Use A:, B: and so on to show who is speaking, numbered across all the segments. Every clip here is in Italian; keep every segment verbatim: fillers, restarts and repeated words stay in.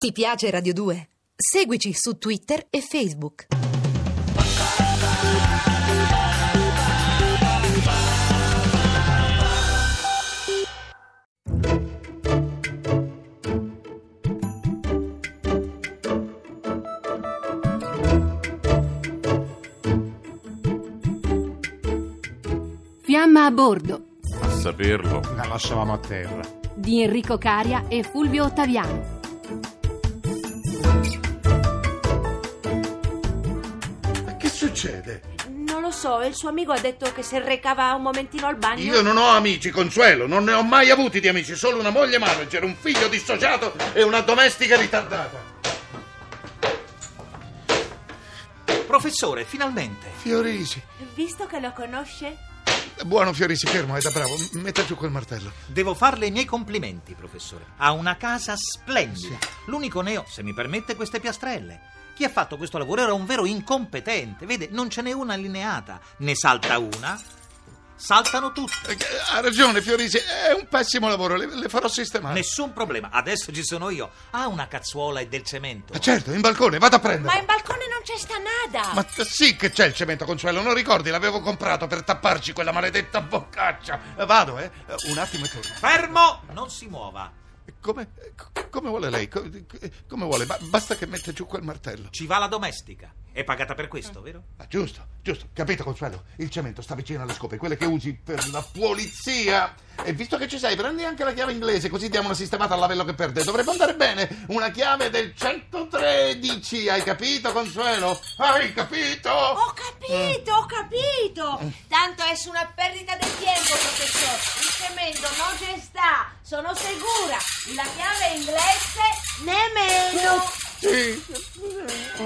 A: Ti piace Radio due? Seguici su Twitter e Facebook.
B: Fiamma a bordo
C: A saperlo.
D: La lasciavamo a terra.
B: di Enrico Caria e Fulvio Ottaviano.
D: Ma che succede?
E: Non lo so, il suo amico ha detto che si recava un momentino al bagno.
D: Io non ho amici, Consuelo, non ne ho mai avuti di amici, solo una moglie manager, un figlio dissociato e una domestica ritardata.
F: Professore, finalmente.
D: Fiorisi.
E: Visto che lo conosce?
D: Buono Fiorisi, fermo, è da bravo, metta giù quel martello.
F: Devo farle i miei complimenti, professore. Ha una casa splendida.
D: Sì.
F: L'unico neo, se mi permette, queste piastrelle. Chi ha fatto questo lavoro era un vero incompetente. Vede, non ce n'è una allineata. Ne salta una, saltano tutte.
D: Eh, Ha ragione Fiorisi, è un pessimo lavoro, le, le farò sistemare.
F: Nessun problema, adesso ci sono io. Ha una cazzuola e del cemento.
D: Ma certo, in balcone, vado a prendere.
E: Ma in balcone non c'è sta nada.
D: Ma sì che c'è il cemento, Consuelo, non ricordi? L'avevo comprato per tapparci quella maledetta boccaccia. Vado, eh? Un attimo e torno.
F: Fermo! Non si muova.
D: Come, come vuole lei? Co- Come vuole? Ba- Basta che metta giù quel martello.
F: Ci va la domestica. È pagata per questo, vero?
D: Ah, giusto, giusto, capito Consuelo? Il cemento sta vicino alle scope, quelle che usi per la pulizia. E visto che ci sei, prendi anche la chiave inglese, così diamo una sistemata al lavello che perde. Dovrebbe andare bene. Una chiave del centotredici, hai capito Consuelo? Hai capito?
E: Ho capito, ho capito. Tanto è su una perdita del tempo, professore. Il cemento non ci sta, sono sicura. La chiave inglese nemmeno.
D: Sì.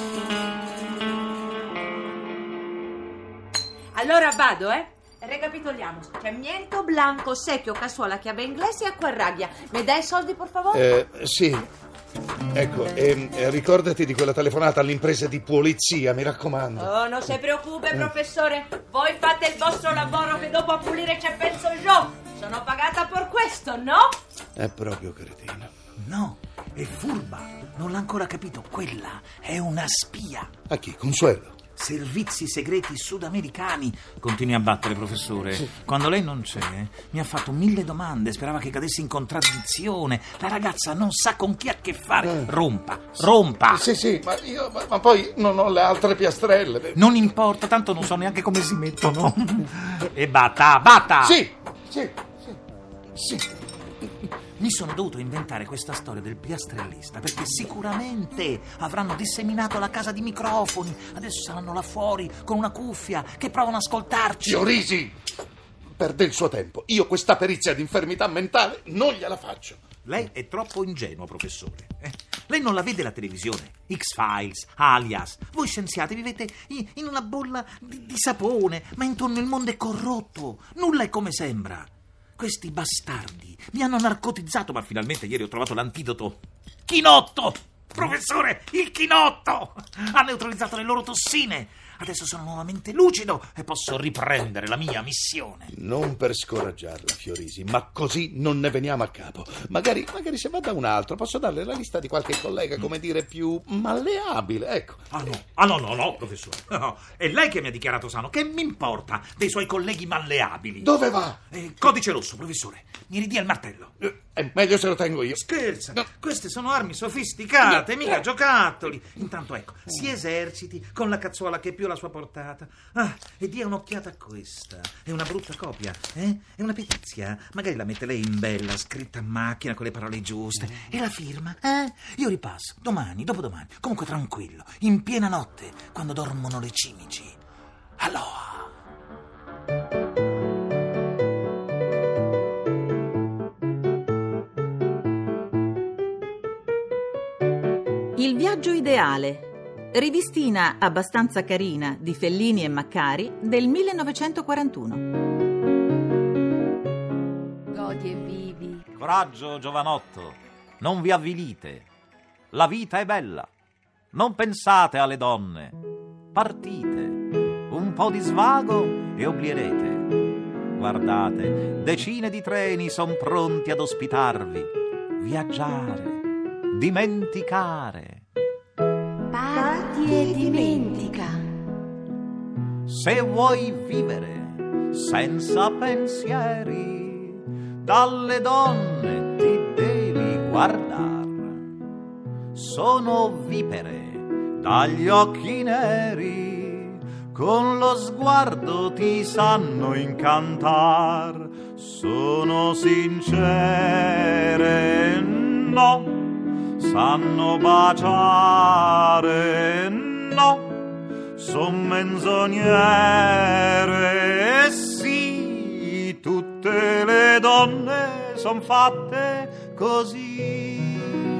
E: Allora vado, eh? Recapitoliamo. Cemento blanco, secchio, cassuola, chiave inglese e acquarraglia. Mi dai i soldi, per favore?
D: Eh, sì. Ecco, e, e ricordati di quella telefonata all'impresa di pulizia, mi raccomando.
E: Oh, non si preoccupi, professore. Voi fate il vostro lavoro che dopo a pulire ci penso io. Sono pagata per questo, no?
D: È proprio cretino.
F: No, è furba. Non l'ha ancora capito. Quella è una spia.
D: A chi? Consuelo?
F: Servizi segreti sudamericani. Continui a battere, professore. Sì. Quando lei non c'è, mi ha fatto mille domande. Sperava che cadessi in contraddizione. La ragazza non sa con chi ha a che fare. Eh. Rompa, rompa.
D: Sì, sì, ma io ma, ma poi non ho le altre piastrelle.
F: Non importa, tanto non so neanche come si mettono. E batta, batta.
D: Sì, sì, sì, sì.
F: Mi sono dovuto inventare questa storia del piastrellista perché sicuramente avranno disseminato la casa di microfoni. Adesso saranno là fuori con una cuffia che provano ad ascoltarci.
D: Fiorisi, perde il suo tempo. Io questa perizia di infermità mentale non gliela faccio.
F: Lei è troppo ingenuo, professore. Eh? Lei non la vede la televisione? X-Files, Alias. Voi scienziati vivete in, in una bolla di, di sapone, ma intorno il mondo è corrotto. Nulla è come sembra. Questi bastardi mi hanno narcotizzato, ma finalmente ieri ho trovato l'antidoto. Chinotto! Professore, il chinotto! Ha neutralizzato le loro tossine. Adesso sono nuovamente lucido e posso riprendere la mia missione.
D: Non per scoraggiarla, Fiorisi, ma così non ne veniamo a capo. Magari, magari se va da un altro, posso darle la lista di qualche collega, come dire, più malleabile, ecco.
F: Ah no, ah no, no, no, professore. No, è lei che mi ha dichiarato sano. Che mi importa dei suoi colleghi malleabili?
D: Dove va?
F: Eh, codice rosso, professore. Mi ridia il martello.
D: Eh, è meglio se lo tengo io.
F: Scherza,
D: No.
F: Queste sono armi sofisticate,
D: No.
F: mica giocattoli. Intanto ecco, si eserciti con la cazzuola che è più alla sua portata. Ah, e dia un'occhiata a questa. È una brutta copia, eh? È una petizia. Magari la mette lei in bella, scritta a macchina con le parole giuste. E la firma, eh? Io ripasso, domani, dopodomani. Comunque tranquillo, in piena notte, quando dormono le cimici. Aloha.
G: Il viaggio ideale, rivistina abbastanza carina di Fellini e Maccari del millenovecentoquarantuno.
E: Godi e vivi.
H: Coraggio, giovanotto, non vi avvilite. La vita è bella. Non pensate alle donne. Partite. Un po' di svago e oblierete. Guardate, decine di treni son pronti ad ospitarvi. Viaggiare. dimenticare.
B: Parti e dimentica.
H: Se vuoi vivere senza pensieri, dalle donne ti devi guardar. Sono vipere dagli occhi neri, con lo sguardo ti sanno incantar. Sono sincere, no, sanno baciare, no, son menzognere, sì, tutte le donne son fatte così.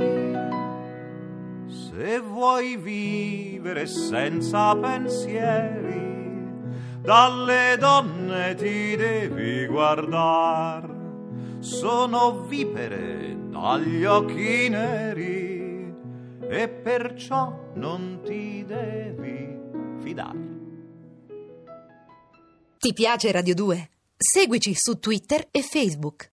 H: Se vuoi vivere senza pensieri, dalle donne ti devi guardar. Sono vipere dagli occhi neri e perciò non ti devi fidar.
A: Ti piace Radio due? Seguici su Twitter e Facebook.